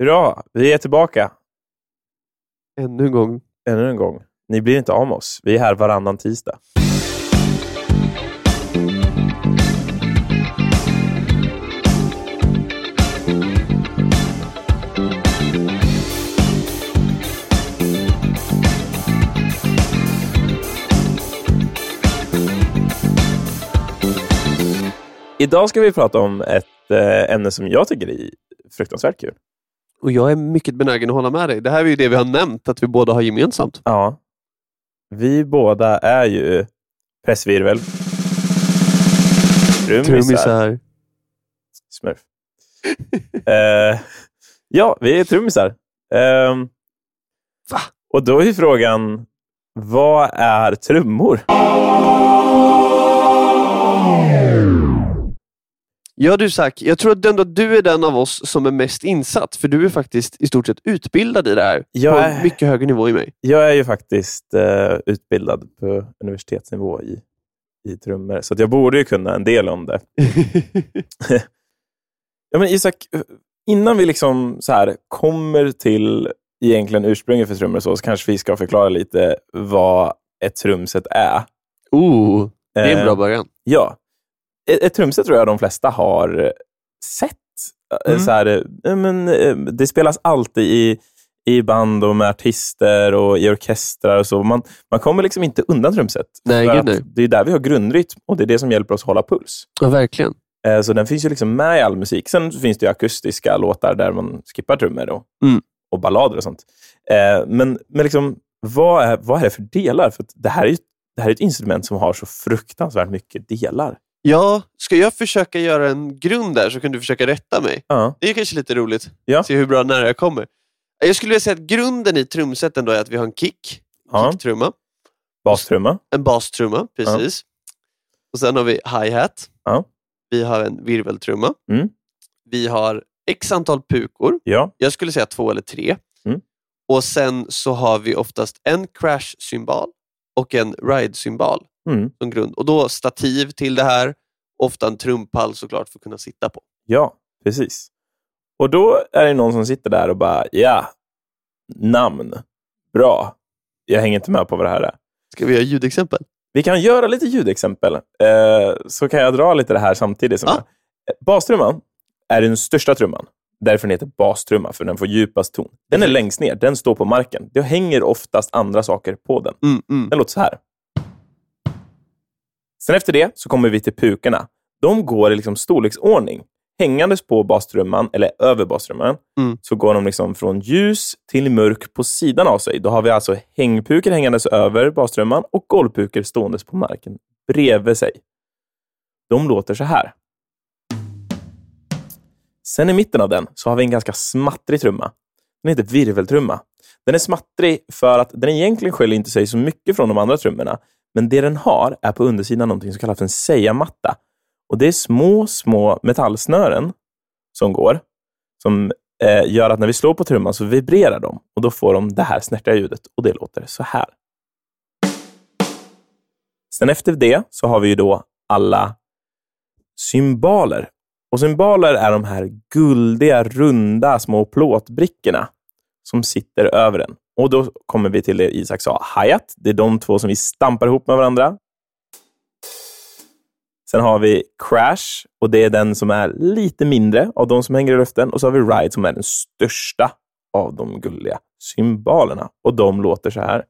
Hurra, vi är tillbaka. Ännu en gång. Ni blir inte av med oss. Vi är här varannan tisdag. Idag ska vi prata om ett ämne som jag tycker är fruktansvärt kul. Och jag är mycket benägen att hålla med dig. Det här är ju det vi har nämnt att vi båda har gemensamt. Ja. Vi båda är ju pressvirvel. Trummisar. Smurf. Ja, vi är trummisar. Va? Och då är frågan, vad är trummor? Ja du Zack, jag tror att du är den av oss som är mest insatt. För du är faktiskt i stort sett utbildad i det här. På mycket högre nivå i mig. Jag är ju faktiskt utbildad på universitetsnivå i trummor. Så att jag borde ju kunna en del om det. Ja men Isak, innan vi liksom så här kommer till egentligen ursprunget för trummor så kanske vi ska förklara lite vad ett trumset är. Det är en bra början. Ja. Ett trumset tror jag de flesta har sett. Så här, men, det spelas alltid i band och med artister och i orkestrar och så. Man kommer liksom inte undan trumset. Nej. Det är där vi har grundrytm och det är det som hjälper oss att hålla puls. Ja, verkligen. Så den finns ju liksom med i all musik. Sen finns det ju akustiska låtar där man skippar trummor och ballader och sånt. Men liksom, vad är det för delar? För att det här är ett instrument som har så fruktansvärt mycket delar. Ja, ska jag försöka göra en grund där så kan du försöka rätta mig. Det är kanske lite roligt. Ja. Se hur bra nära jag kommer. Jag skulle vilja säga att grunden i trumsetten då är att vi har en kicktrumma. Bastrumma. En bastrumma, precis. Och sen har vi hi-hat. Vi har en virveltrumma. Vi har x antal pukor. Jag skulle säga 2 eller 3. Och sen så har vi oftast en crash-symbol och en ride-symbol som grund. Och då stativ till det här. Ofta en trumpall såklart för att kunna sitta på. Ja, precis. Och då är det någon som sitter där och bara, namn. Bra. Jag hänger inte med på vad det här är. Ska vi göra ljudexempel? Vi kan göra lite ljudexempel. Så kan jag dra lite det här samtidigt. Som bastrumman är den största trumman. Därför den heter bastrumma, för den får djupast ton. Den är längst ner, den står på marken. Det hänger oftast andra saker på den. Den låter så här. Sen efter det så kommer vi till pukorna. De går i liksom storleksordning. Hängandes på bastrumman, eller över bastrumman, så går de liksom från ljus till mörk på sidan av sig. Då har vi alltså hängpukor hängandes över bastrumman och golvpukor ståendes på marken bredvid sig. De låter så här. Sen i mitten av den så har vi en ganska smattrig trumma. Den heter virveltrumma. Den är smattrig för att den egentligen skiljer inte sig så mycket från de andra trummorna. Men det den har är på undersidan någonting som kallas för en sejamatta. Och det är små metallsnören som går. Som gör att när vi slår på trumman så vibrerar de. Och då får de det här snärtiga ljudet. Och det låter så här. Sen efter det så har vi ju då alla cymbaler. Och cymbaler är de här guldiga, runda, små plåtbrickorna som sitter över den. Och då kommer vi till det Isak sa, hi-hat. Det är de två som vi stampar ihop med varandra. Sen har vi crash, och det är den som är lite mindre av de som hänger i luften. Och så har vi ride som är den största av de gulliga cymbalerna. Och de låter så här.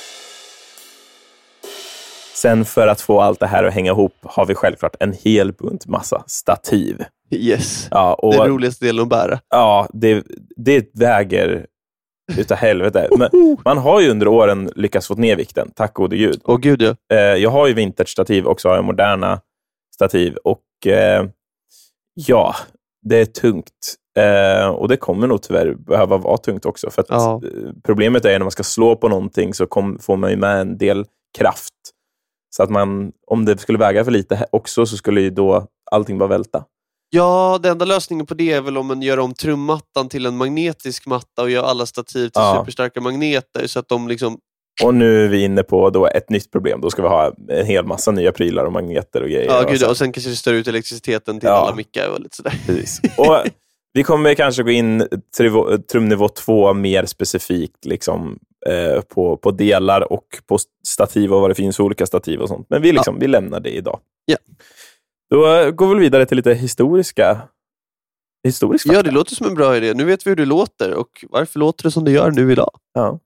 Sen för att få allt det här att hänga ihop har vi självklart en hel bunt massa stativ. Yes, ja, och det är roligaste delen att bära. Ja, det väger utav helvete. Men man har ju under åren lyckats få ner vikten, tack gode gud. Åh gud, ja. Jag har ju vintage-stativ och så har jag moderna stativ. Och ja, det är tungt. Och det kommer nog tyvärr behöva vara tungt också. För att problemet är när man ska slå på någonting så får man ju med en del kraft. Så att om det skulle väga för lite också så skulle ju då allting bara välta. Ja, den enda lösningen på det är väl om man gör om trummattan till en magnetisk matta och gör alla stativ till superstarka magneter så att de liksom... Och nu är vi inne på då ett nytt problem. Då ska vi ha en hel massa nya prylar och magneter och grejer. Ja, gud, och sen kanske det stör ut elektriciteten till alla mickar och lite sådär. Precis. Och Vi kommer kanske gå in trumnivå 2 mer specifikt liksom, på delar och på stativ och vad det finns olika stativ och sånt. Men vi lämnar det idag. Ja. Då går vi vidare till lite historiska fakta. Ja, det låter som en bra idé. Nu vet vi hur det låter och varför låter det som det gör nu idag. Ja.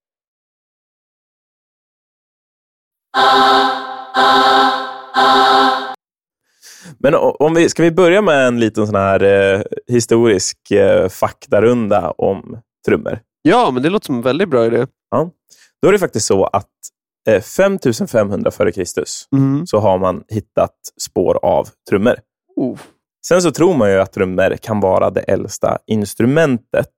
Men ska vi börja med en liten sån här historisk faktarunda om trummor? Ja, men det låter som en väldigt bra idé. Ja. Då är det faktiskt så att 5500 före Kristus så har man hittat spår av trummor. Sen så tror man ju att trummor kan vara det äldsta instrumentet.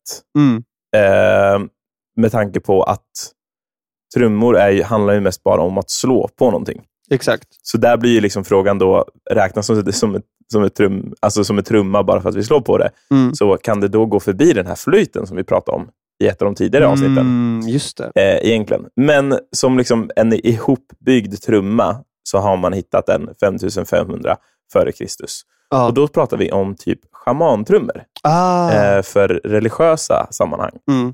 Med tanke på att trummor handlar ju mest bara om att slå på någonting. Exakt. Så där blir ju liksom frågan då, räknas som ett trumma bara för att vi slår på det. Så kan det då gå förbi den här flöjten som vi pratade om i ett av de tidigare avsnitten. Just det. Egentligen. Men som liksom en ihopbyggd trumma så har man hittat en 5500 före Kristus. Och då pratar vi om typ shamantrummor. För religiösa sammanhang.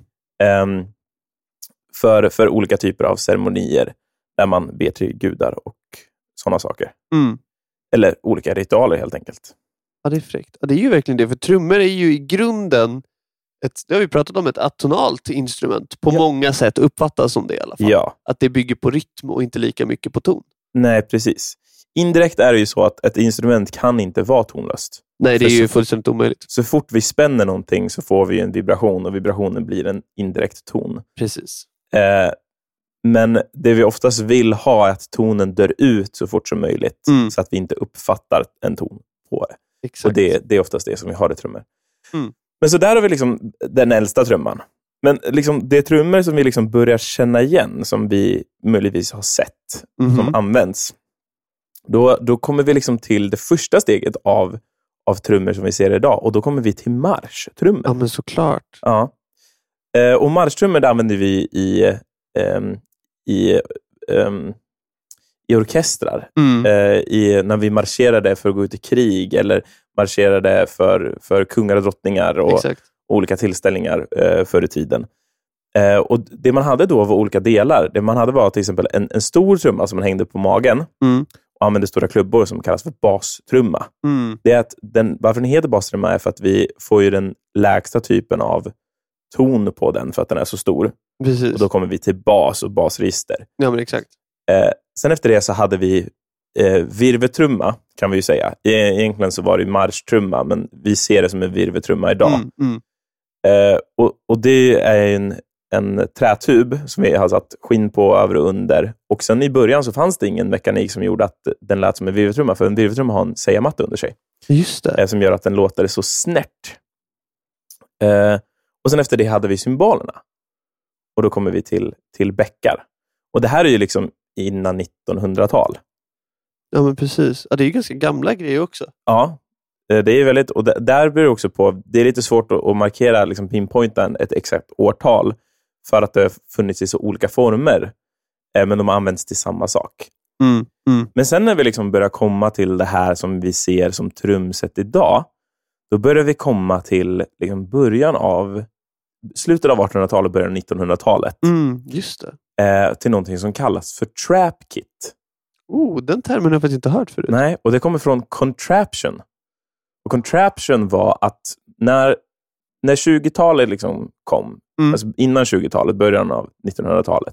För olika typer av ceremonier där man ber till gudar och sådana saker. Eller olika ritualer helt enkelt. Ja, det är fräckt. Ja, det är ju verkligen det. För trummor är ju i grunden det har vi pratat om, ett atonalt instrument. På många sätt uppfattas som det i alla fall. Ja. Att det bygger på rytm och inte lika mycket på ton. Nej, precis. Indirekt är det ju så att ett instrument kan inte vara tonlöst. Nej, det är ju fullständigt omöjligt. Så fort vi spänner någonting så får vi en vibration och vibrationen blir en indirekt ton. Precis. Men det vi oftast vill ha är att tonen dör ut så fort som möjligt så att vi inte uppfattar en ton på det. Exakt. Och det är oftast det som vi har i trummor. Men så där har vi liksom den äldsta trumman. Men liksom det trummor som vi liksom börjar känna igen, som vi möjligtvis har sett, som används. Då kommer vi liksom till det första steget av trummor som vi ser idag. Och då kommer vi till marschtrummor. Ja, men såklart. Ja. Och marschtrummor använder vi i orkestrar. När vi marscherade för att gå ut i krig eller marscherade för kungar och drottningar och olika tillställningar förr i tiden. Och det man hade då var olika delar. Det man hade var till exempel en stor trumma som man hängde på magen och använde stora klubbor som kallas för bastrumma. Det är att varför den heter bastrumma är för att vi får ju den lägsta typen av ton på den för att den är så stor. Precis. Och då kommer vi till bas och basregister. Ja, men exakt. Sen efter det så hade vi virvetrumma, kan vi ju säga. Egentligen så var det marschtrumma, men vi ser det som en virvetrumma idag. Och det är en trätub som vi har satt skinn på över och under. Och sen i början så fanns det ingen mekanik som gjorde att den lät som en virvetrumma, för en virvetrumma har en sägamatta under sig. Just det. Som gör att den låter så snärt. Och sen efter det hade vi symbolerna. Och då kommer vi till bäckar. Och det här är ju liksom innan 1900-tal. Ja, men precis. Ja, det är ju ganska gamla grejer också. Ja, det är väldigt... Och där blir det också på... Det är lite svårt att markera, liksom pinpointa ett exakt årtal. För att det har funnits i så olika former. Men de används till samma sak. Men sen när vi liksom börjar komma till det här som vi ser som trumset idag. Då börjar vi komma till liksom början av... Slutet av 1800-talet och början av 1900-talet. Just det. Till någonting som kallas för trap kit. Den termen har jag faktiskt inte hört förut. Nej, och det kommer från contraption. Och contraption var att när 20-talet liksom kom, alltså innan 20-talet, början av 1900-talet,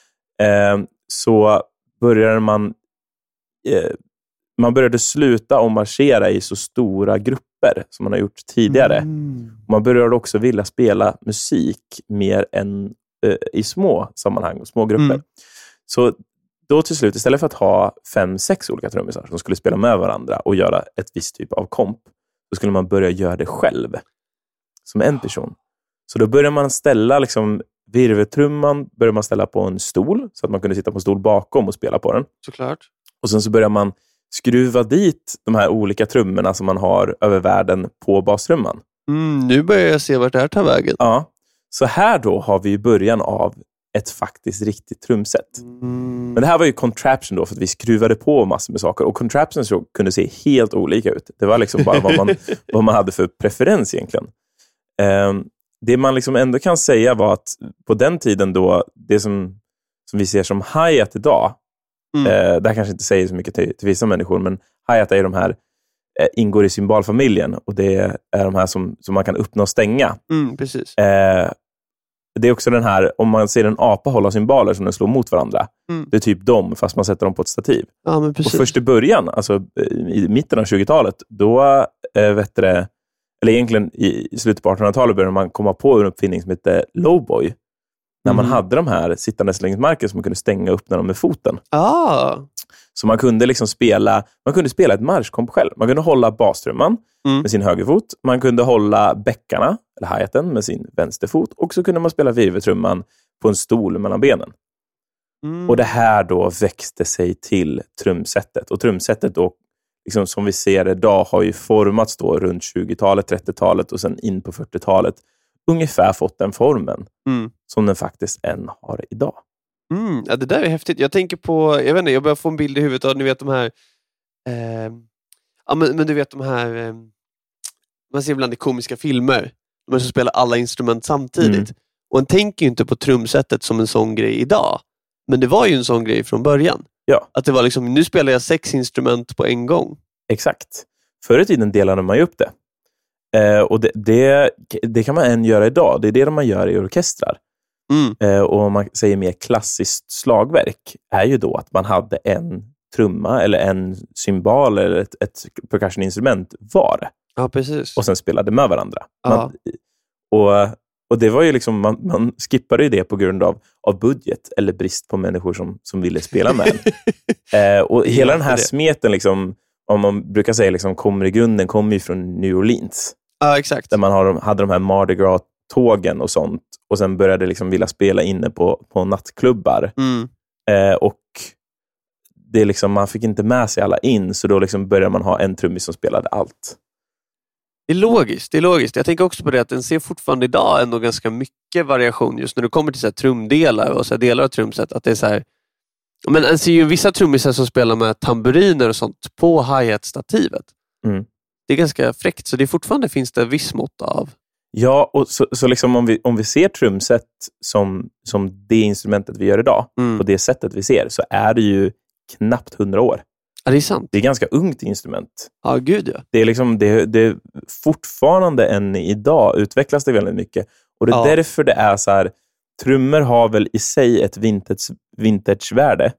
så började man började sluta och marschera i så stora grupper som man har gjort tidigare. Man började också vilja spela musik mer än i små sammanhang, små grupper. Så då till slut, istället för att ha 5-6 olika trummisar som skulle spela med varandra och göra ett visst typ av komp, så skulle man börja göra det själv som en person. Så då börjar man ställa liksom virvetrumman börjar man ställa på en stol så att man kunde sitta på en stol bakom och spela på den. Såklart. Och sen så börjar man skruva dit de här olika trummorna som man har över världen på bastrumman. Nu börjar jag se vart det här tar vägen. Ja. Så här då har vi början av ett faktiskt riktigt trumset. Men det här var ju contraption då, för att vi skruvade på massor med saker. Och contraptions kunde se helt olika ut. Det var liksom bara vad man hade för preferens egentligen. Det man liksom ändå kan säga var att på den tiden då, det som vi ser som hi-hat idag, det här kanske inte säger så mycket till vissa människor, men hi-hat är de här, ingår i symbolfamiljen, och det är de här som man kan öppna och stänga. Precis. Det är också den här, om man ser en apa hålla symboler som den slår mot varandra. Det är typ dem, fast man sätter dem på ett stativ. Ja, men precis. Och först i början, alltså i mitten av 20-talet, då eller egentligen i slutet på 1800-talet började man komma på en uppfinning som heter lowboy. När man hade de här sittandes längs marken som man kunde stänga upp när de med foten. Så man kunde liksom spela ett marschkomp själv. Man kunde hålla bastrumman med sin högerfot. Man kunde hålla bäckarna, eller hi-haten, med sin vänsterfot. Och så kunde man spela virveltrumman på en stol mellan benen. Och det här då växte sig till trumsetet. Och trumsetet då, liksom som vi ser idag, har ju formats då runt 20-talet, 30-talet och sen in på 40-talet. Ungefär fått den formen som den faktiskt än har idag. Ja, det där är häftigt. Jag tänker på, jag vet inte, jag börjar få en bild i huvudet av, ni vet de här men du vet de här man ser ibland i komiska filmer, de som spelar alla instrument samtidigt. Och en tänker ju inte på trumsetet som en sån grej idag. Men det var ju en sån grej från början. Ja. Att det var liksom, nu spelar jag 6 instrument på en gång. Exakt. Förr i tiden delade man ju upp det. Och det kan man än göra idag. Det är det man gör i orkestrar. Och om man säger mer klassiskt slagverk är ju då att man hade en trumma eller en cymbal eller ett percussioninstrument var. Ja, precis. Och sen spelade med varandra. Och det var ju liksom, man skippade ju det på grund av budget eller brist på människor som ville spela med. Och hela den här smeten liksom, om man brukar säga liksom, kommer ju från New Orleans. Ja, exakt. Där man hade de här Mardi Gras-tågen och sånt. Och sen började liksom vilja spela inne på nattklubbar. Och det liksom, man fick inte med sig alla in. Så då liksom började man ha en trummis som spelade allt. Det är logiskt. Jag tänker också på det att den ser fortfarande idag ändå ganska mycket variation just när det kommer till så här trumdelar och så här delar av trumset. Att det är så här, men en ser ju vissa trummisar som spelar med tamburiner och sånt på hi-hat-stativet. Det är ganska fräckt, så det fortfarande finns det viss mått av. Ja, och så liksom om vi ser trumset som det instrumentet vi gör idag, på det sättet vi ser, så är det ju knappt 100 år. Ja, det är sant. Det är ganska ungt instrument. Ja, gud ja. Det är liksom, det fortfarande än idag utvecklas det väldigt mycket. Och det är därför det är så här, trummor har väl i sig ett vintagevärde.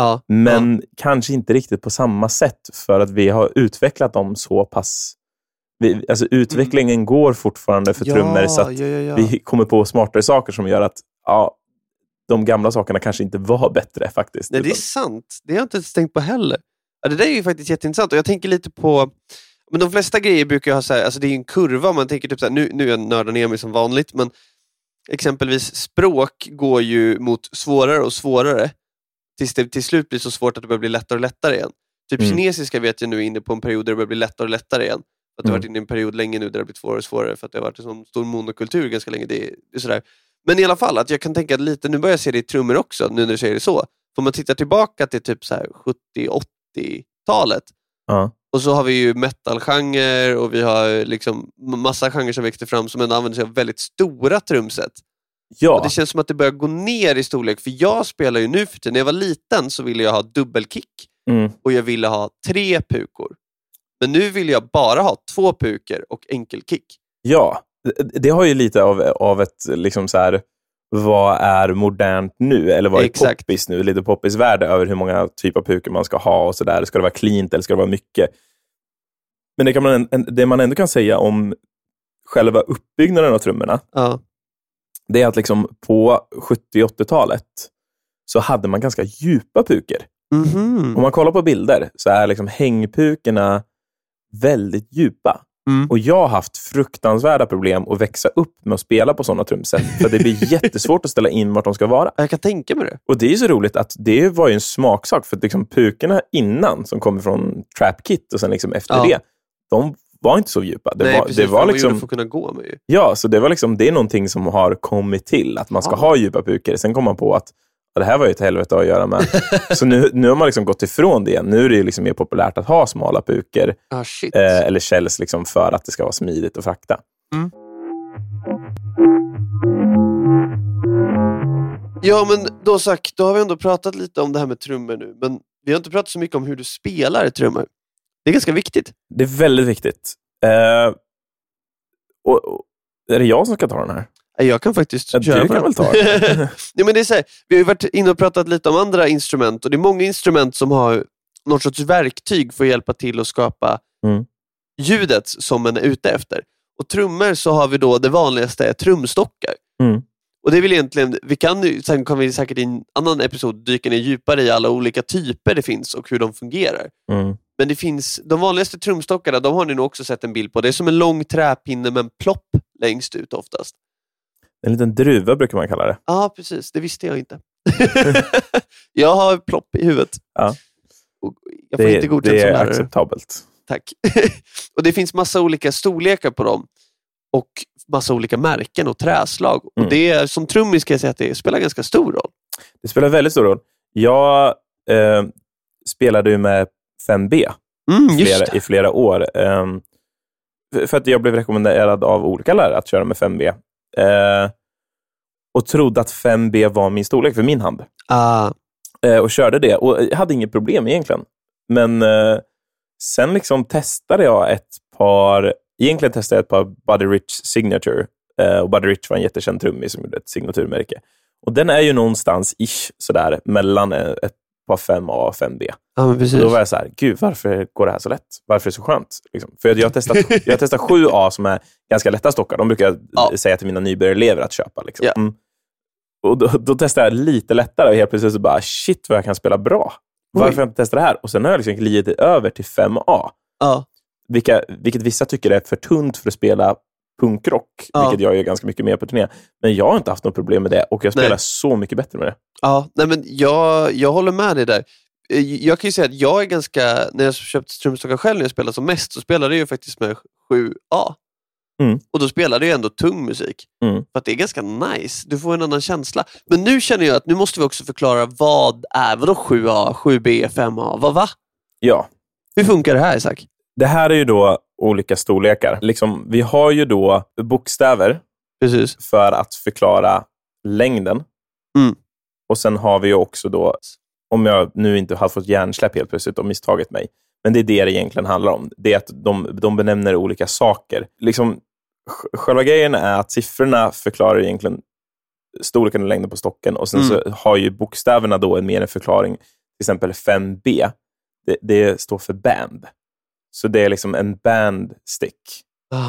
Men kanske inte riktigt på samma sätt, för att vi har utvecklat dem så pass. Alltså utvecklingen går fortfarande för trummor, så att vi kommer på smartare saker som gör att de gamla sakerna kanske inte var bättre faktiskt. Nej, det är sant. Det har jag inte ens tänkt på heller. Ja, det där är ju faktiskt jätteintressant, och jag tänker lite på, men de flesta grejer brukar ha så här, alltså det är en kurva, man tänker typ så här, nu är jag nördar ner mig som vanligt, men exempelvis språk går ju mot svårare och svårare tills det till slut blir så svårt att det börjar bli lättare och lättare igen. Typ kinesiska vet jag nu är inne på en period där det börjar bli lättare och lättare igen. Att det har varit inne i en period länge nu där det har blivit svårare och svårare, för att det har varit en sån stor monokultur ganska länge. Det är sådär. Men i alla fall, att jag kan tänka lite, nu börjar jag se det i trummor också, nu när du säger det så. För man tittar tillbaka till typ så här 70-80-talet. Och så har vi ju metal-genre, och vi har liksom massa genrer som växte fram som ändå använder sig av väldigt stora trumset. Och det känns som att det börjar gå ner i storlek, för jag spelar ju nu för tiden. När jag var liten så ville jag ha dubbelkick och jag ville ha 3 pukor. Men nu vill jag bara ha 2 puker och enkelkick. Ja, det har ju lite av ett liksom så här, vad är modernt nu? Eller vad är poppis nu? Lite poppisvärde över hur många typer av puker man ska ha och sådär. Ska det vara cleant eller ska det vara mycket? Men det man ändå kan säga om själva uppbyggnaden av trummorna, det är att liksom på 70-80-talet så hade man ganska djupa puker. Om man kollar på bilder så är liksom hängpukerna väldigt djupa. Och jag har haft fruktansvärda problem att växa upp med att spela på sådana trumset. För det blir jättesvårt att ställa in vart de ska vara. Jag kan tänka mig det. Och det är så roligt att det var ju en smaksak. För att liksom pukerna innan som kommer från Trap Kit och sen liksom efter det, de var inte så djupa. Det var liksom för att kunna gå med ju. Ja, så det var liksom, det är någonting som har kommit till, att man ska ha djupa pukor. Sen kom man på att det här var ju ett helvete att göra med. Så nu har man liksom gått ifrån det. Nu är det liksom mer populärt att ha smala pukor eller shells liksom, för att det ska vara smidigt att frakta. Mm. Ja, men då sagt, då har vi ändå pratat lite om det här med trummor nu. Men vi har inte pratat så mycket om hur du spelar trummor. Det är ganska viktigt. Det är väldigt viktigt. Och är det jag som ska ta den här? Jag kan faktiskt köra. Du kan väl ta den. Nej, men det är så här, vi har ju varit inne och pratat lite om andra instrument. Och det är många instrument som har något sorts verktyg för att hjälpa till att skapa ljudet som man är ute efter. Och trummor så har vi då det vanligaste är trumstockar. Mm. Och det är väl egentligen, sen kan vi säkert i en annan episod dyka ner djupare i alla olika typer det finns och hur de fungerar. Mm. Men det finns, de vanligaste trumstockarna, de har ni nog också sett en bild på. Det är som en lång träpinne med en plopp längst ut oftast. En liten druva brukar man kalla det. Ja, precis. Det visste jag inte. Jag har plopp i huvudet. Ja. Och jag får inte godkänt som lärare. Det är acceptabelt. Tack. Och det finns massa olika storlekar på dem. Och massa olika märken och träslag. Och det är, som trummis ska jag säga att det spelar ganska stor roll. Det spelar väldigt stor roll. Jag spelade ju med 5B i flera år. För att jag blev rekommenderad av olika lärare att köra med 5B. Och trodde att 5B var min storlek för min hand. Och körde det. Och jag hade inget problem egentligen. Men sen liksom testade jag ett par Buddy Rich Signature. Och Buddy Rich var en jättekänd trummis som gjorde ett signaturmärke. Och den är ju någonstans sådär mellan ett par 5A och 5B. Ja, men precis. Och då var jag så här, gud, varför går det här så lätt? Varför är det så skönt? Liksom. För jag har testat 7A som är ganska lätta stockar. De brukar jag säga till mina nybörjarelever att köpa. Liksom. Yeah. Och då testade jag lite lättare och helt plötsligt så bara, shit vad jag kan spela bra. Varför har jag inte testat det här? Och sen har jag liksom glidit över till 5A. Vilket vissa tycker är för tunt för att spela punkrock. Vilket jag gör ganska mycket mer på turné. Men jag har inte haft något problem med det. Och jag spelar så mycket bättre med det. Ja, nej men jag håller med dig där. Jag kan ju säga att jag är ganska, när jag köpte trumstockar själv när jag spelade som mest, så spelade jag ju faktiskt med 7A. Och då spelade jag ändå tung musik. För att det är ganska nice. Du får en annan känsla. Men nu känner jag att nu måste vi också förklara vadå 7A, 7B, 5A? Va? Ja. Hur funkar det här, Isak? Det här är ju då olika storlekar. Liksom, vi har ju då bokstäver. Precis. För att förklara längden. Och sen har vi ju också då, om jag nu inte har fått hjärnsläpp helt plötsligt och misstagit mig. Men det är det egentligen handlar om. Det är att de benämner olika saker. Liksom, själva grejen är att siffrorna förklarar egentligen storleken och längden på stocken. Och sen så har ju bokstäverna då en mer en förklaring. Till exempel 5B. Det står för band. Så det är liksom en bandstick.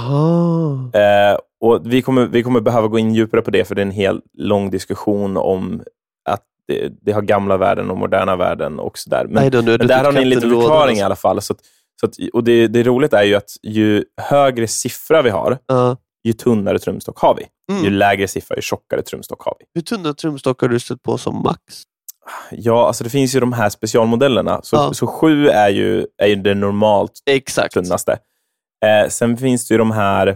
Och vi kommer behöva gå in djupare på det, för det är en hel lång diskussion om att det har gamla värden och moderna värden och sådär. Men där har ni en liten förklaring i alla fall. Och det roliga är ju att ju högre siffra vi har, ju tunnare trumstock har vi. Ju lägre siffra, ju tjockare trumstock har vi. Hur tunna trumstockar har du stött på som max? Ja, alltså det finns ju de här specialmodellerna. Så 7 är ju det normalt tunnaste. Sen finns det ju de här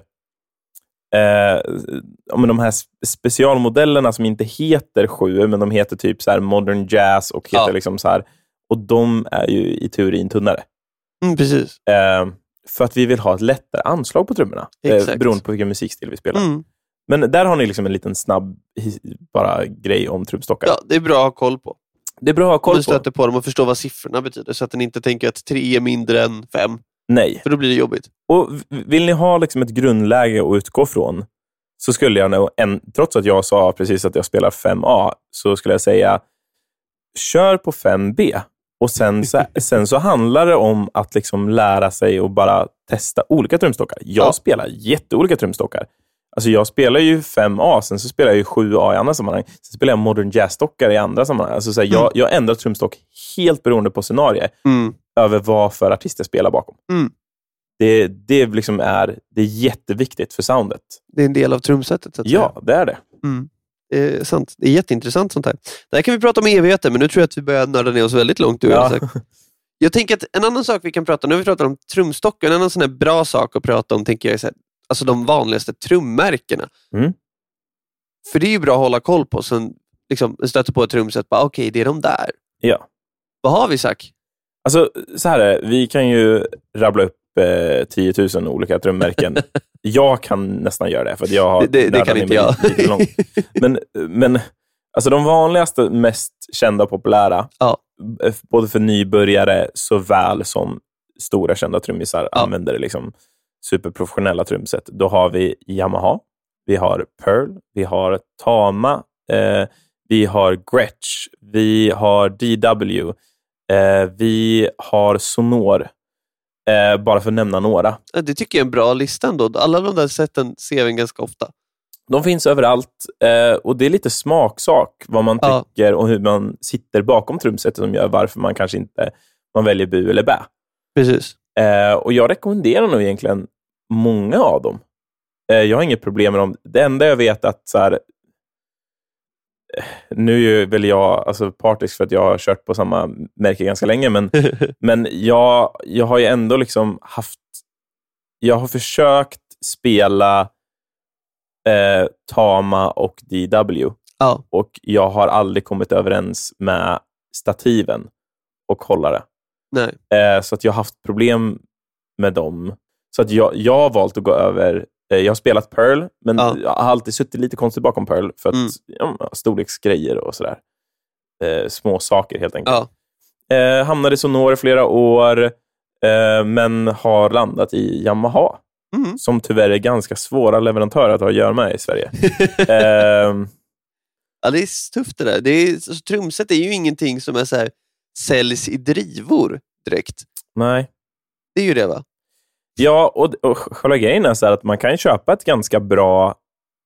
specialmodellerna som inte heter 7, men de heter typ så här modern jazz och heter liksom så här, och de är ju i teorin tunnare. Precis. För att vi vill ha ett lättare anslag på trummorna, beroende på vilken musikstil vi spelar. Men där har ni liksom en liten snabb bara grej om trumstockar. Ja, det är bra att ha koll på. Det är bra att ha koll på. Du stöter på dem och förstå vad siffrorna betyder, så att ni inte tänker att 3 är mindre än 5. Nej. För då blir det jobbigt. Och vill ni ha liksom ett grundläge att utgå från, så skulle jag nog, trots att jag sa precis att jag spelar 5A, så skulle jag säga kör på 5B. Och sen så handlar det om att liksom lära sig och bara testa olika trumstockar. Jag spelar jätteolika trumstockar. Alltså jag spelar ju 5A, sen så spelar jag ju 7A i andra sammanhang. Sen spelar jag modern jazzstockar i andra sammanhang. Alltså så här, jag ändrar trumstock helt beroende på scenario. Över vad för artist jag spelar bakom. Det liksom det är jätteviktigt för soundet. Det är en del av trumsetet, så att säga. Det är det. Det är sant. Det är jätteintressant sånt här. Det här kan vi prata om i evigheter, men nu tror jag att vi börjar nörda ner oss väldigt långt. Jag tänker att en annan sak vi kan prata om, nu har vi pratat om trumstockar, en annan sån här bra sak att prata om tänker jag är så här, alltså de vanligaste trummärkena. För det är ju bra att hålla koll på, sen liksom stöter på ett trumset, bara okej, det är de där. Ja. Vad har vi, Zack? Alltså, så här är, vi kan ju rabbla upp 10 000 olika trummärken. Jag kan nästan göra det, för att jag har... Det kan inte jag. Men alltså de vanligaste, mest kända och populära, både för nybörjare såväl som stora kända trummisar använder det liksom superprofessionella trumset. Då har vi Yamaha, vi har Pearl, vi har Tama, vi har Gretsch, vi har DW, vi har Sonor, bara för att nämna några. Det tycker jag är en bra lista ändå. Alla de där sätten ser vi ganska ofta. De finns överallt, och det är lite smaksak vad man tycker och hur man sitter bakom trumsetet som gör varför man kanske inte man väljer bu eller bä. Precis. Och jag rekommenderar nog egentligen många av dem. Jag har inget problem med dem. Det enda jag vet att så här, nu är väl jag alltså partisk för att jag har kört på samma märke ganska länge, men jag har ju ändå liksom jag har försökt spela Tama och DW. Och jag har aldrig kommit överens med stativen och hållare. Nej. Så att jag har haft problem med dem. Så att jag har valt att gå över. Jag har spelat Pearl, men jag har alltid suttit lite konstigt bakom Pearl för att storleksgrejer och sådär. Små saker helt enkelt. Hamnade i Sonor i flera år, men har landat i Yamaha. Som tyvärr är ganska svåra leverantörer att ha att göra med i Sverige. Ja, det är tufft det där. Alltså, trumset är ju ingenting som är så här, säljs i drivor direkt. Nej. Det är ju det, va? Ja, och själva grejen är så här att man kan köpa ett ganska bra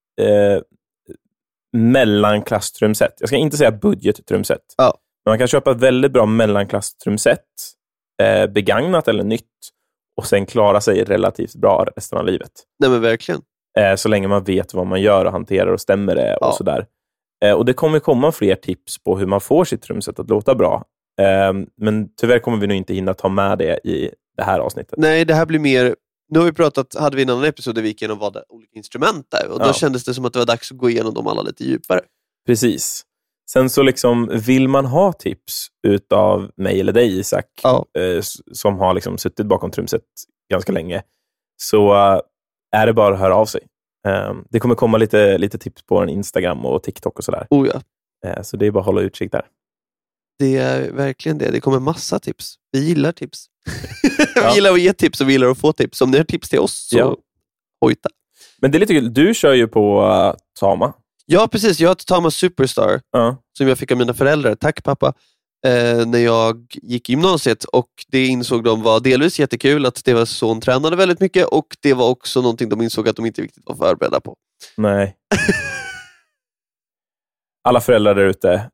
mellanklass-trumset. Jag ska inte säga budget-trumset. Men man kan köpa ett väldigt bra mellanklass-trumset, begagnat eller nytt, och sen klara sig relativt bra resten av livet. Nej, men verkligen. Så länge man vet vad man gör och hanterar och stämmer det och sådär. Och det kommer komma fler tips på hur man får sitt trumset att låta bra. Men tyvärr kommer vi nog inte hinna ta med det i det här avsnittet. Nej, det här blir mer... Nu har vi hade vi en annan episod där vi gick igenom vad olika instrument där. Och då kändes det som att det var dags att gå igenom dem alla lite djupare. Precis. Sen så liksom, vill man ha tips utav mig eller dig, Isak, som har liksom suttit bakom trumset ganska länge, så är det bara att höra av sig. Det kommer komma lite tips på en Instagram och TikTok och sådär. Så det är bara att hålla utkik där. Det är verkligen det. Det kommer massa tips. Vi gillar tips. Vi gillar att ge tips och vi gillar att få tips. Om ni har tips till oss så hojta. Men det är lite kul. Du kör ju på Tama. Ja, precis. Jag har ett Tama Superstar som jag fick av mina föräldrar. Tack, pappa. När jag gick i gymnasiet, och det insåg de var delvis jättekul att det var så hon tränade väldigt mycket, och det var också någonting de insåg att de inte riktigt var förberedda på. Nej. Alla föräldrar där ute,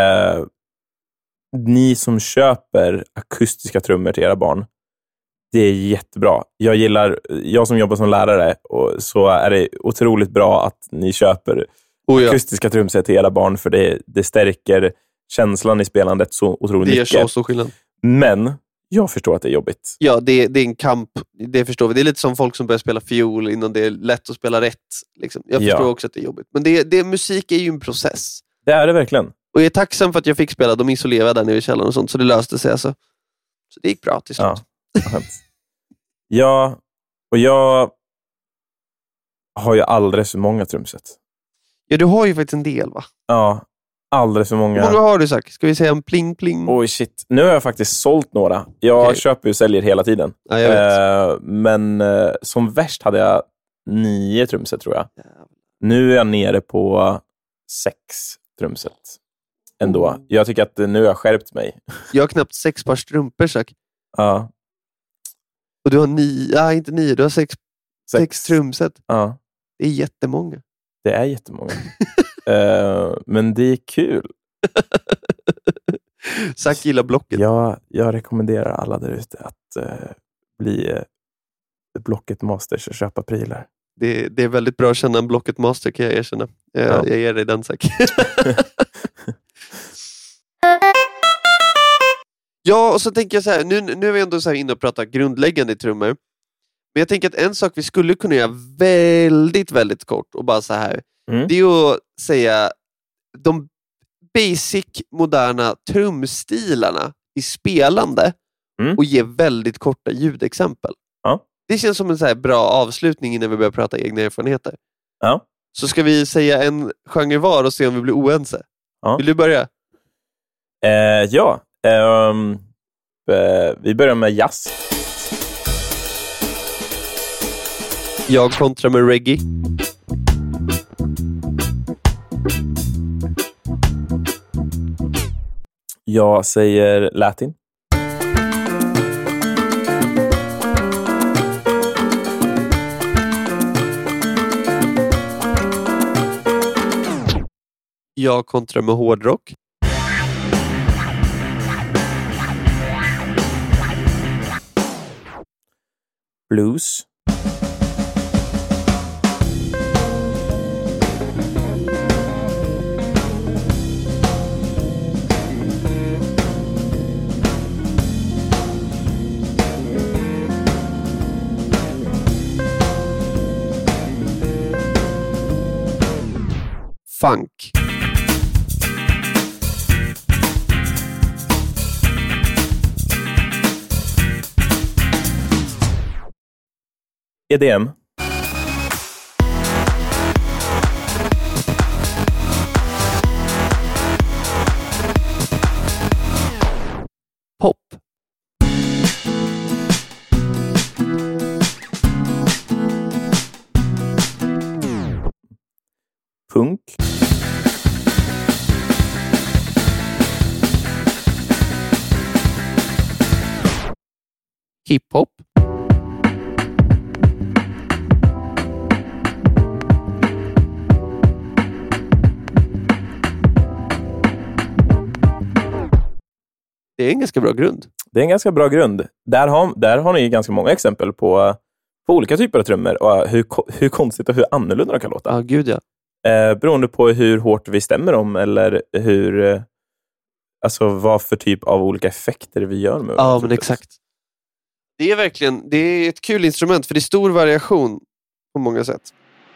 ni som köper akustiska trummor till era barn, det är jättebra. Jag som jobbar som lärare, och så är det otroligt bra att ni köper akustiska trumset till era barn, för det stärker känslan i spelandet så otroligt mycket. Det gör så skillnad. Men jag förstår att det är jobbigt. Ja, det är en kamp. Det förstår vi. Det är lite som folk som börjar spela fiol innan det är lätt att spela rätt. Liksom. Jag förstår också att det är jobbigt. Men musik är ju en process. Det är det verkligen. Och jag är tacksam för att jag fick spela. De isolerade där nere i källaren och sånt, så det löste sig. Alltså. Så det gick bra till slut. Ja, och jag har ju alldeles för många trumset. Ja, du har ju faktiskt en del, va? Ja, alldeles för många. Hur många har du, sagt? Ska vi säga en pling-pling? Oj, shit. Nu har jag faktiskt sålt några. Jag köper och säljer hela tiden. Ja, jag vet. Men som värst hade jag 9 trumset, tror jag. Nu är jag nere på 6 trumset. Ändå. Jag tycker att nu har jag skärpt mig. Jag har knappt 6 par strumpor, Zack. Ja. Och du har 9, inte 9, du har 6 trumset. Ja. Det är jättemånga. Det är jättemånga. Men det är kul. Zack gillar Blocket. Jag rekommenderar alla där ute att bli Blocket Masters och köpa prylar. Det är väldigt bra att känna en Blocket Master, kan jag erkänna. Jag ger dig den, Zack. Ja, och så tänker jag så här, nu är vi ändå så här inne och pratar grundläggande trummor. Men jag tänker att en sak vi skulle kunna göra väldigt, väldigt kort och bara så här, det är att säga de basic moderna trumstilarna i spelande och ge väldigt korta ljudexempel. Ja. Det känns som en så här bra avslutning innan vi börjar prata egna erfarenheter. Ja. Så ska vi säga en genre var och se om vi blir oense. Ja. Vill du börja? Ja. Vi börjar med jazz. Jag kontrar med reggae. Jag säger latin. Jag kontrar med hårdrock. Blues. Funk. EDM. Pop. Punk. Hiphop. Det är en ganska bra grund. Det är en ganska bra grund. Där har ni ganska många exempel på olika typer av trummor och hur konstigt och hur annorlunda de kan låta. Ja, gud ja. Beroende på hur hårt vi stämmer dem eller hur, alltså vad för typ av olika effekter vi gör med. Ja, men exakt. Det är ett kul instrument för det är stor variation på många sätt.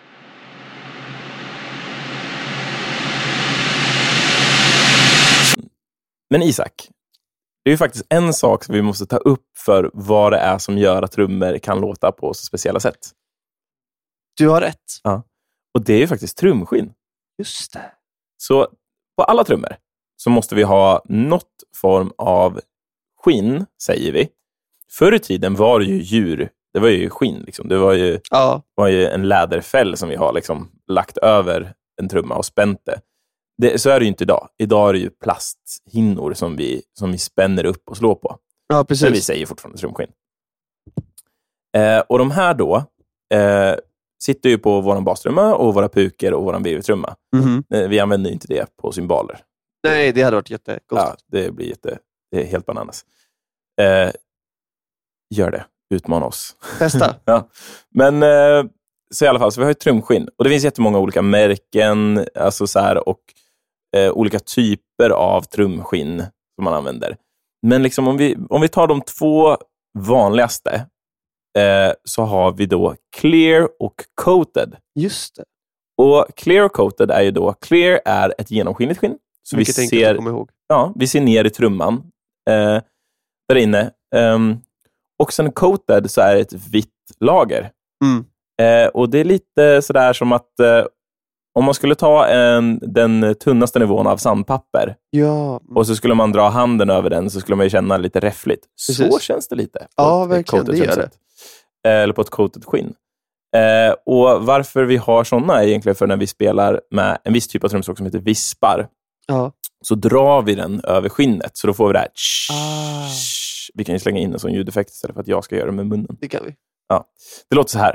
Men Isak, det är ju faktiskt en sak som vi måste ta upp för vad det är som gör att trummor kan låta på så speciella sätt. Du har rätt. Ja. Och det är ju faktiskt trumskinn. Just det. Så på alla trummor så måste vi ha något form av skinn, säger vi. Förr i tiden var det ju djur. Det var ju skinn liksom. Det var ju en läderfäll som vi har liksom lagt över en trumma och spänt det. Så är det ju inte idag. Idag är det ju plasthinnor som vi spänner upp och slår på. Ja, precis. Men vi säger fortfarande trumskinn. Och de här då sitter ju på våran bastrumma och våra puker och våran virveltrumma. Mm-hmm. Vi använder inte det på symboler. Nej, det hade varit jättegott. Ja, det är helt bananas. Gör det. Utmana oss. Testa. Ja. Men så i alla fall, så vi har ju trumskinn. Och det finns jättemånga olika märken alltså så här, och olika typer av trumskinn som man använder. Men liksom om vi tar de två vanligaste så har vi då clear och coated. Just det. Och clear och coated är ju då, clear är ett genomskinligt skinn. Så mycket enkelt att komma ihåg. Ja, vi ser ner i trumman där inne. Och sen coated så är det ett vitt lager. Och det är lite sådär som att om man skulle ta den tunnaste nivån av sandpapper och så skulle man dra handen över den så skulle man ju känna lite räffligt. Precis. Så känns det lite. Ja, verkligen. Det gör det. Eller på ett coated skinn. Och varför vi har sådana är egentligen för när vi spelar med en viss typ av trumstock som heter vispar. Ja. Så drar vi den över skinnet. Så då får vi det här. Vi kan ju slänga in en sån ljudeffekt istället för att jag ska göra det med munnen. Det kan vi. Ja. Det låter så här.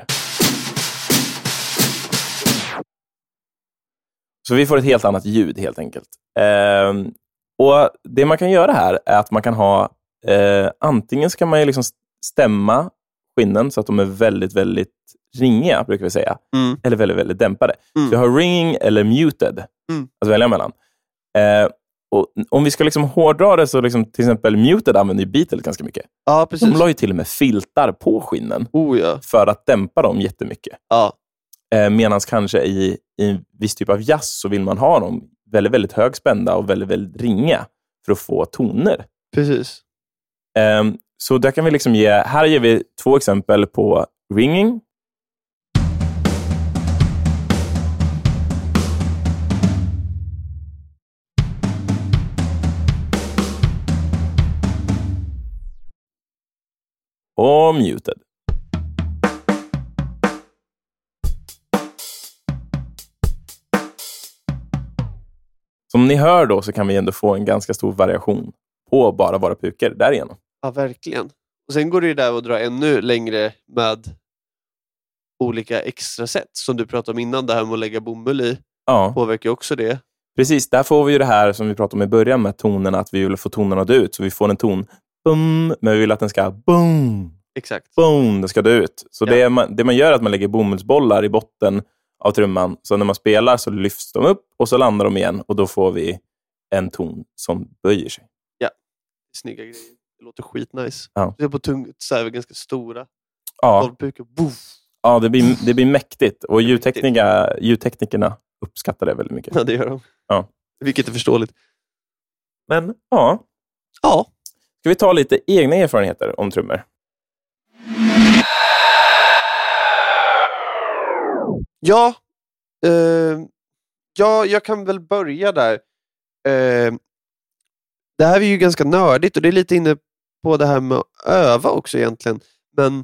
Så vi får ett helt annat ljud helt enkelt. Och det man kan göra här är att man kan ha antingen ska man ju liksom stämma skinnen så att de är väldigt, väldigt ringiga, brukar vi säga. Eller väldigt, väldigt dämpade. Så vi har ringing eller muted. Att välja mellan. Och om vi ska liksom hårdra det så liksom, till exempel Muted använder ju Beatles ganska mycket. Ja, precis. De la ju till och med filtar på skinnen för att dämpa dem jättemycket. Ja. Medan kanske i en viss typ av jazz så vill man ha dem väldigt, väldigt högspända och väldigt, väldigt ringa för att få toner. Precis. Så där kan vi liksom här ger vi 2 exempel på ringing. Och muted. Som ni hör då så kan vi ändå få en ganska stor variation på bara våra pukor därigenom. Ja, verkligen. Och sen går det ju där att dra ännu längre med olika extra sätt. Som du pratade om innan, det här med att lägga bomull i påverkar också det. Precis, där får vi ju det här som vi pratade om i början med tonerna, att vi vill få tonerna att dö ut. Så vi får en ton bum, men vi vill att den ska boom. Exakt. Boom, det ska dö ut. Så det man gör är att man lägger bomullsbollar i botten av trumman. Så när man spelar så lyfts de upp och så landar de igen. Och då får vi en ton som böjer sig. Ja, snygga grejer. Det låter skitnice. Ja. Det är på tungt så är vi ganska stora. Bollpukor. Ja, det blir mäktigt. Och ljudteknikerna uppskattar det väldigt mycket. Ja, det gör de. Ja. Vilket är förståeligt. Men, ja. Ska vi ta lite egna erfarenheter om trummor? Ja, jag kan väl börja där. Det här är ju ganska nördigt och det är lite inne på det här med att öva också egentligen. Men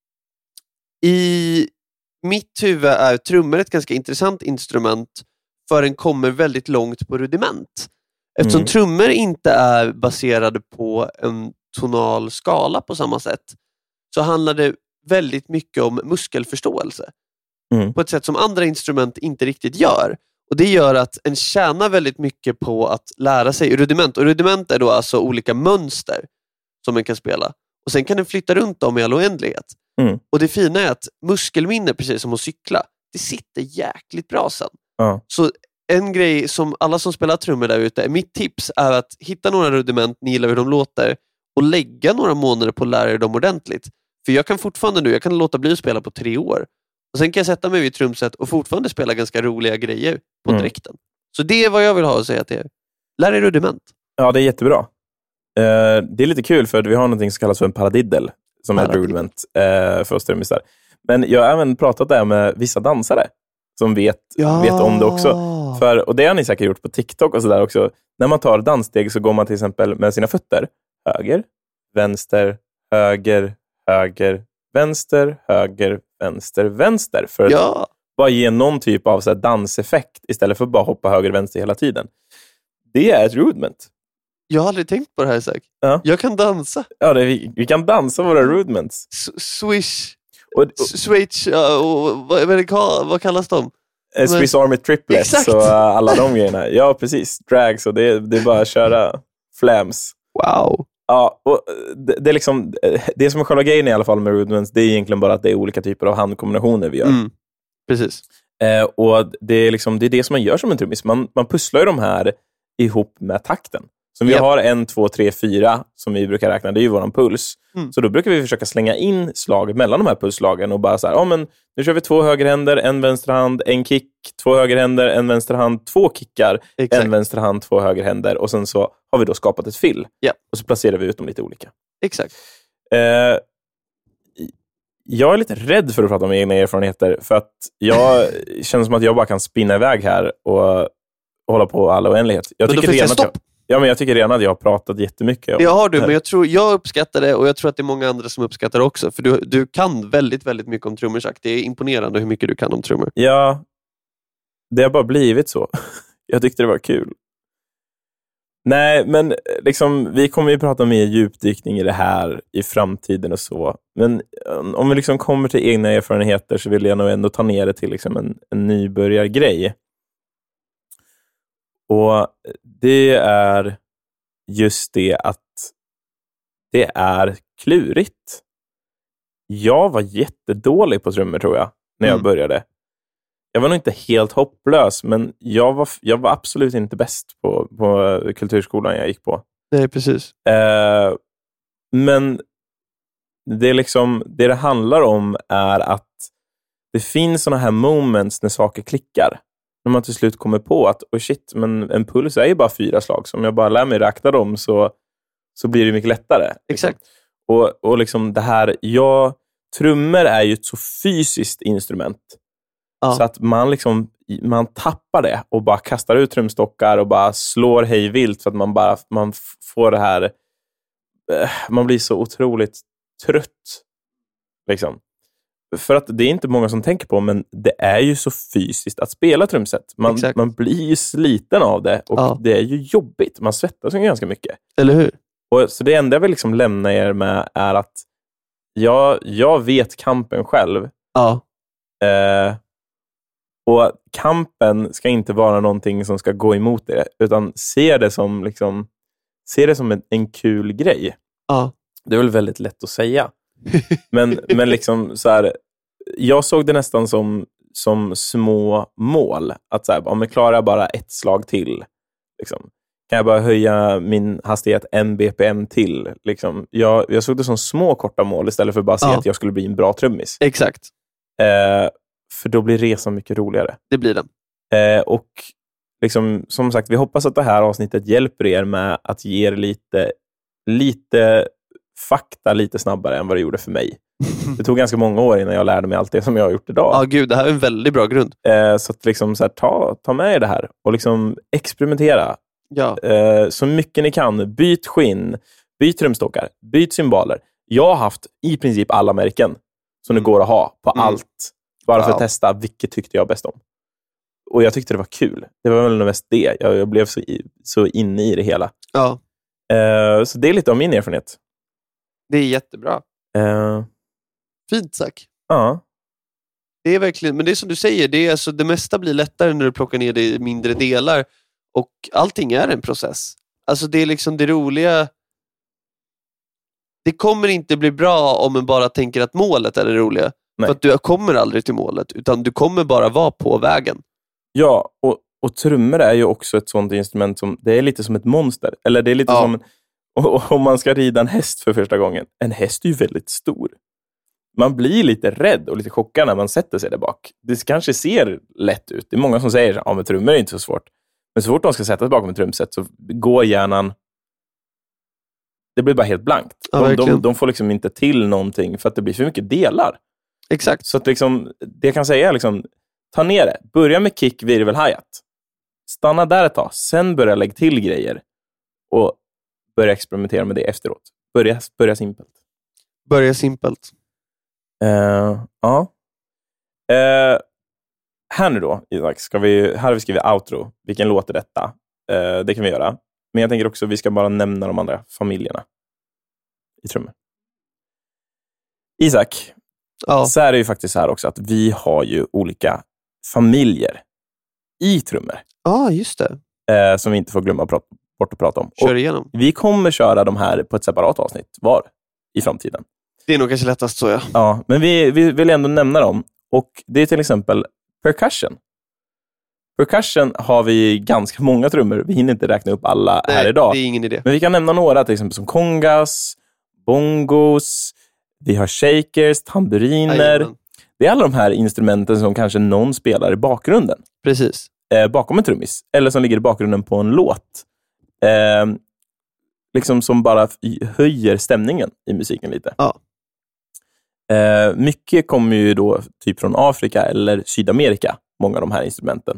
i mitt huvud är trummor ett ganska intressant instrument för den kommer väldigt långt på rudiment. Eftersom trummor inte är baserade på en tonal skala på samma sätt så handlar det väldigt mycket om muskelförståelse. På ett sätt som andra instrument inte riktigt gör. Och det gör att en tjänar väldigt mycket på att lära sig rudiment. Och rudiment är då alltså olika mönster som man kan spela. Och sen kan den flytta runt dem i all oändlighet. Och det fina är att muskelminne, precis som att cykla, det sitter jäkligt bra sen. Så en grej som alla som spelar trummor där ute, mitt tips är att hitta några rudiment, ni gillar hur de låter, och lägga några månader på att lära er dem ordentligt. För jag kan fortfarande nu, jag kan låta bli att spela på 3 år. Och sen kan jag sätta mig vid trumset och fortfarande spela ganska roliga grejer på direkten. Så det är vad jag vill ha att säga till er. Lär er rudiment. Ja, det är jättebra. Det är lite kul för vi har någonting som kallas för en paradiddle som är ett rudiment för oss trummisar. Men jag har även pratat där med vissa dansare som vet om det också. Och det har ni säkert gjort på TikTok och sådär också. När man tar danssteg så går man till exempel med sina fötter. Höger, vänster, höger, höger, vänster, höger, vänster, vänster. För att bara ge någon typ av så här danseffekt istället för att bara hoppa höger, vänster hela tiden. Det är ett rudiment. Jag har aldrig tänkt på det här, Isak. Jag kan dansa. Ja, vi kan dansa våra rudiments. Swish. Switch. Vad kallas de? Swiss Army Triplets och alla de grejerna. Ja, precis. Drags och det är bara att köra flams. Wow. Ja, och det är liksom det som är själva grejen i alla fall med rudiments, det är egentligen bara att det är olika typer av handkombinationer vi gör. Precis. Och det är det som man gör som en trummis. Man pusslar ju de här ihop med takten. Som vi har 1, 2, 3, 4 som vi brukar räkna, det är ju våran puls. Så då brukar vi försöka slänga in slag mellan de här pulslagen och bara så här, men nu kör vi 2 högerhänder, en vänsterhand, en kick, 2 högerhänder, en vänsterhand, 2 kickar, en vänsterhand, 2 högerhänder och sen så har vi då skapat ett fill. Och så placerar vi ut dem lite olika. Exakt. Jag är lite rädd för att prata om egna erfarenheter för att jag känner som att jag bara kan spinna iväg här och hålla på alla oändlighet. Jag tycker redan att jag har pratat jättemycket om det har du, men jag uppskattar det och jag tror att det är många andra som uppskattar det också. För du kan väldigt, väldigt mycket om trummor, Jack. Det är imponerande hur mycket du kan om trummor. Ja, det har bara blivit så. Jag tyckte det var kul. Nej, men liksom, vi kommer ju prata mer djupdykning i det här i framtiden och så. Men om vi liksom kommer till egna erfarenheter så vill jag nog ändå ta ner det till liksom en nybörjargrej. Och det är just det att det är klurigt. Jag var jättedålig på trummor tror jag när jag började. Jag var nog inte helt hopplös, men jag var absolut inte bäst på kulturskolan jag gick på. Nej, precis. Men det är liksom, det handlar om är att det finns såna här moments när saker klickar. När man till slut kommer på att, shit, men en puls är ju bara 4 slag. Så om jag bara lär mig räkna dem så blir det mycket lättare. Exakt. Och liksom det här, trummor är ju ett så fysiskt instrument. Ja. Så att man tappar det och bara kastar ut trumstockar och bara slår hej vilt för att man får det här, man blir så otroligt trött. Liksom. För att det är inte många som tänker på, men det är ju så fysiskt att spela trumset. Man blir ju sliten av det och det är ju jobbigt. Man svettas ju ganska mycket. Eller hur? Och så det enda jag vill liksom lämna er med är att jag vet kampen själv. Ja. Och kampen ska inte vara någonting som ska gå emot det, utan se det som en kul grej. Ja. Det är väl väldigt lätt att säga. Men liksom så här, jag såg det nästan som små mål. Att så här, om jag klarar bara ett slag till, liksom, kan jag bara höja min hastighet 1 bpm till. Liksom. Jag såg det som små korta mål istället för att bara se att jag skulle bli en bra trummis. Exakt. För då blir resan mycket roligare. Det blir den. Och liksom, som sagt, vi hoppas att det här avsnittet hjälper er med att ge er lite fakta lite snabbare än vad det gjorde för mig. Det tog ganska många år innan jag lärde mig allt det som jag har gjort idag. Ja, gud, det här är en väldigt bra grund. Så att liksom så här, ta med er det här och liksom experimentera. Ja. Så mycket ni kan. Byt skinn, byt trumstockar, byt cymbaler. Jag har haft i princip alla märken som det går att ha på allt. Bara för att testa vilket tyckte jag bäst om. Och jag tyckte det var kul. Det var väl mest det. Jag blev så inne i det hela. Ja. Så det är lite av min erfarenhet. Det är jättebra. Fint sagt. Ja. Det är verkligen, men det är som du säger, det mesta blir lättare när du plockar ner det i mindre delar. Och allting är en process. Alltså det är liksom det roliga. Det kommer inte bli bra om man bara tänker att målet är det roliga. Nej. För att du kommer aldrig till målet, utan du kommer bara vara på vägen. Ja, och trummor är ju också ett sånt instrument som, det är lite som ett monster. Eller det är lite som, om man ska rida en häst för första gången. En häst är ju väldigt stor. Man blir lite rädd och lite chockad när man sätter sig där bak. Det kanske ser lätt ut. Det är många som säger, men trummor är inte så svårt. Men så fort de ska sätta sig bakom ett trumset så går hjärnan, det blir bara helt blankt. De får liksom inte till någonting för att det blir för mycket delar. Exakt. Så att liksom, det jag kan säga är liksom, ta ner det. Börja med kick, virvel, hi-hat. Stanna där ett tag. Sen börja lägga till grejer. Och börja experimentera med det efteråt. Börja simpelt. Börja simpelt. Ja. Här nu då, Isak, här har vi skrivit outro. Vilken låt är detta? Det kan vi göra. Men jag tänker också att vi ska bara nämna de andra familjerna i trummor. Isak, så är det ju faktiskt här också att vi har ju olika familjer i trummor. Ja, just det. Som vi inte får glömma bort att prata om. Kör igenom. Vi kommer köra de här på ett separat avsnitt var i framtiden. Det är nog kanske lättast så, ja. Ja, men vi vill ändå nämna dem. Och det är till exempel percussion. Percussion har vi ganska många trummor. Vi hinner inte räkna upp alla här idag. Det är ingen idé. Men vi kan nämna några, till exempel som congas, bongos, vi har shakers, tamburiner. Amen. Det är alla de här instrumenten som kanske någon spelar i bakgrunden. Precis. Bakom en trummis. Eller som ligger i bakgrunden på en låt. Liksom som bara höjer stämningen i musiken lite. Ja. Mycket kommer ju då typ från Afrika eller Sydamerika. Många av de här instrumenten.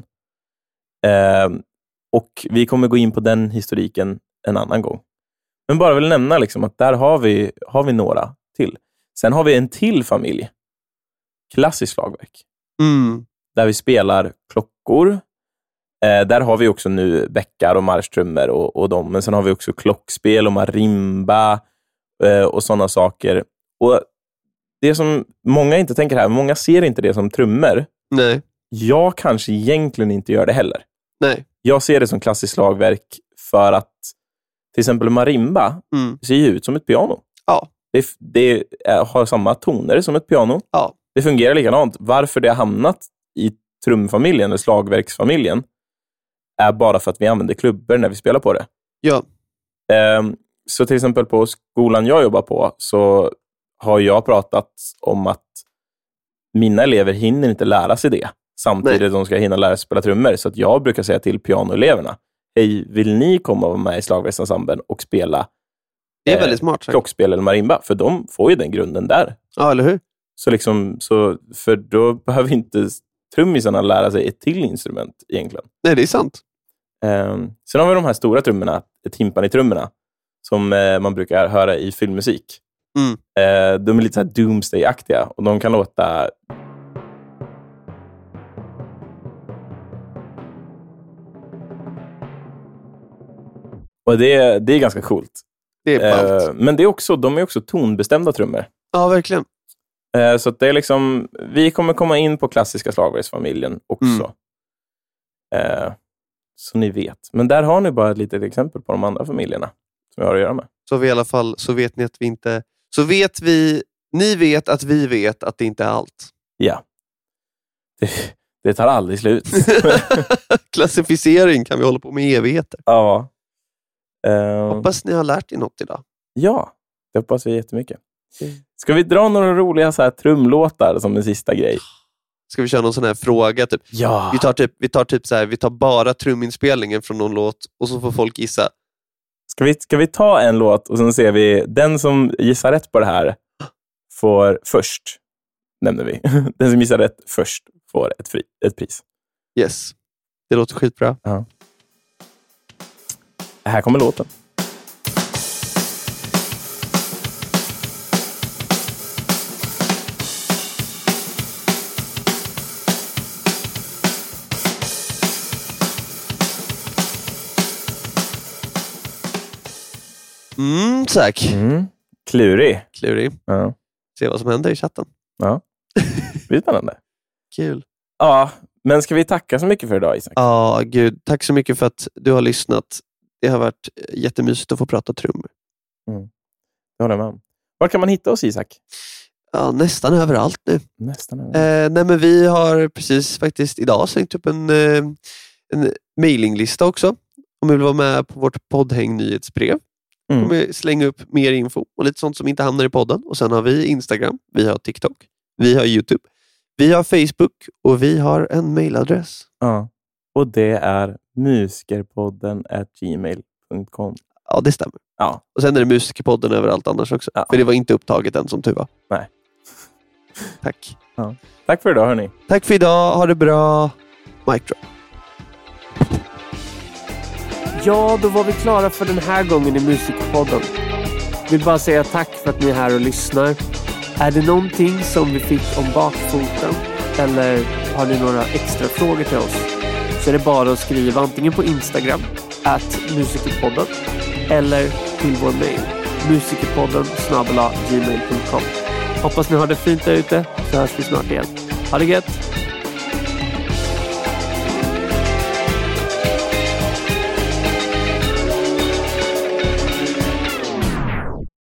Och vi kommer gå in på den historiken en annan gång. Men bara vill nämna liksom att där har vi några till. Sen har vi en till familj. Klassisk slagverk. Där vi spelar klockor. Där har vi också nu bäckar och marschtrummor och dem. Men sen har vi också klockspel och marimba och sådana saker. Och det som många inte tänker här, många ser inte det som trummor. Nej. Jag kanske egentligen inte gör det heller. Nej. Jag ser det som klassiskt slagverk för att till exempel marimba ser ju ut som ett piano. Ja. Det har samma toner som ett piano. Ja. Det fungerar likadant. Varför det har hamnat i trumfamiljen eller slagverksfamiljen är bara för att vi använder klubbor när vi spelar på det. Ja. Så till exempel på skolan jag jobbar på så har jag pratat om att mina elever hinner inte lära sig det samtidigt som de ska hinna lära sig spela trummor. Så att jag brukar säga till pianoeleverna: hej, vill ni komma och vara med i slagverksensemblen och spela det är väldigt smart, klockspel eller marimba? För de får ju den grunden där. Ja, eller hur? Så för då behöver inte trummisarna lära sig ett till instrument egentligen. Nej, det är sant. Sen har vi de här stora trummorna, timpani-trummorna, som man brukar höra i filmmusik. De är lite så här Doomsday-aktiga och de kan låta... Och det är ganska coolt. Det är ballt. Men de är också tonbestämda trummor. Ja, verkligen. Så att det är liksom, vi kommer komma in på klassiska slagverksfamiljen också. Så ni vet. Men där har ni bara ett litet exempel på de andra familjerna som jag har att göra med. Så vi i alla fall, så vet ni att vi inte... Ni vet att vi vet att det inte är allt. Ja. Det tar aldrig slut. Klassificering kan vi hålla på med i evigheter. Ja. Hoppas ni har lärt er något idag. Ja, det hoppas vi jättemycket. Ska vi dra några roliga så här trumlåtar som en sista grej? Ska vi köra någon sån här fråga typ? Ja. Vi tar bara truminspelningen från någon låt och så får folk gissa. Ska vi ta en låt och sen ser vi den som gissar rätt på det här får först, nämner vi. Den som gissar rätt först får ett pris. Yes. Det låter skitbra. Ja. Här kommer låten. Tack. Klurig. Ja. Se vad som händer i chatten. Ja. Det är spännande. Kul. Ja, men ska vi tacka så mycket för idag, Isak? Ja, gud. Tack så mycket för att du har lyssnat. Det har varit jättemysigt att få prata trummor. Det håller jag med om. Var kan man hitta oss, Isak? Ja, nästan överallt nu. Nej, men vi har precis faktiskt idag slängt upp en mailinglista också. Om du vill vara med på vårt poddhäng-nyhetsbrev. Vi kommer slänga upp mer info och lite sånt som inte hamnar i podden. Och sen har vi Instagram, vi har TikTok, vi har YouTube, vi har Facebook och vi har en mailadress. Ja, och det är musikerpodden@gmail.com. Ja, det stämmer. Ja. Och sen är det musikerpodden överallt annars också. Ja. För det var inte upptaget än som tur var. Nej. Tack. Ja. Tack för idag, hörni. Tack för idag. Ha det bra. Mic drop. Ja, då var vi klara för den här gången i Musikpodden. Vill bara säga tack för att ni är här och lyssnar. Är det någonting som vi fick om bakfoten eller har ni några extra frågor till oss så är det bara att skriva antingen på Instagram @musikerpodden eller till vår mail musikerpodden@gmail.com. Hoppas ni har det fint där ute så hörs vi snart igen. Ha det gött!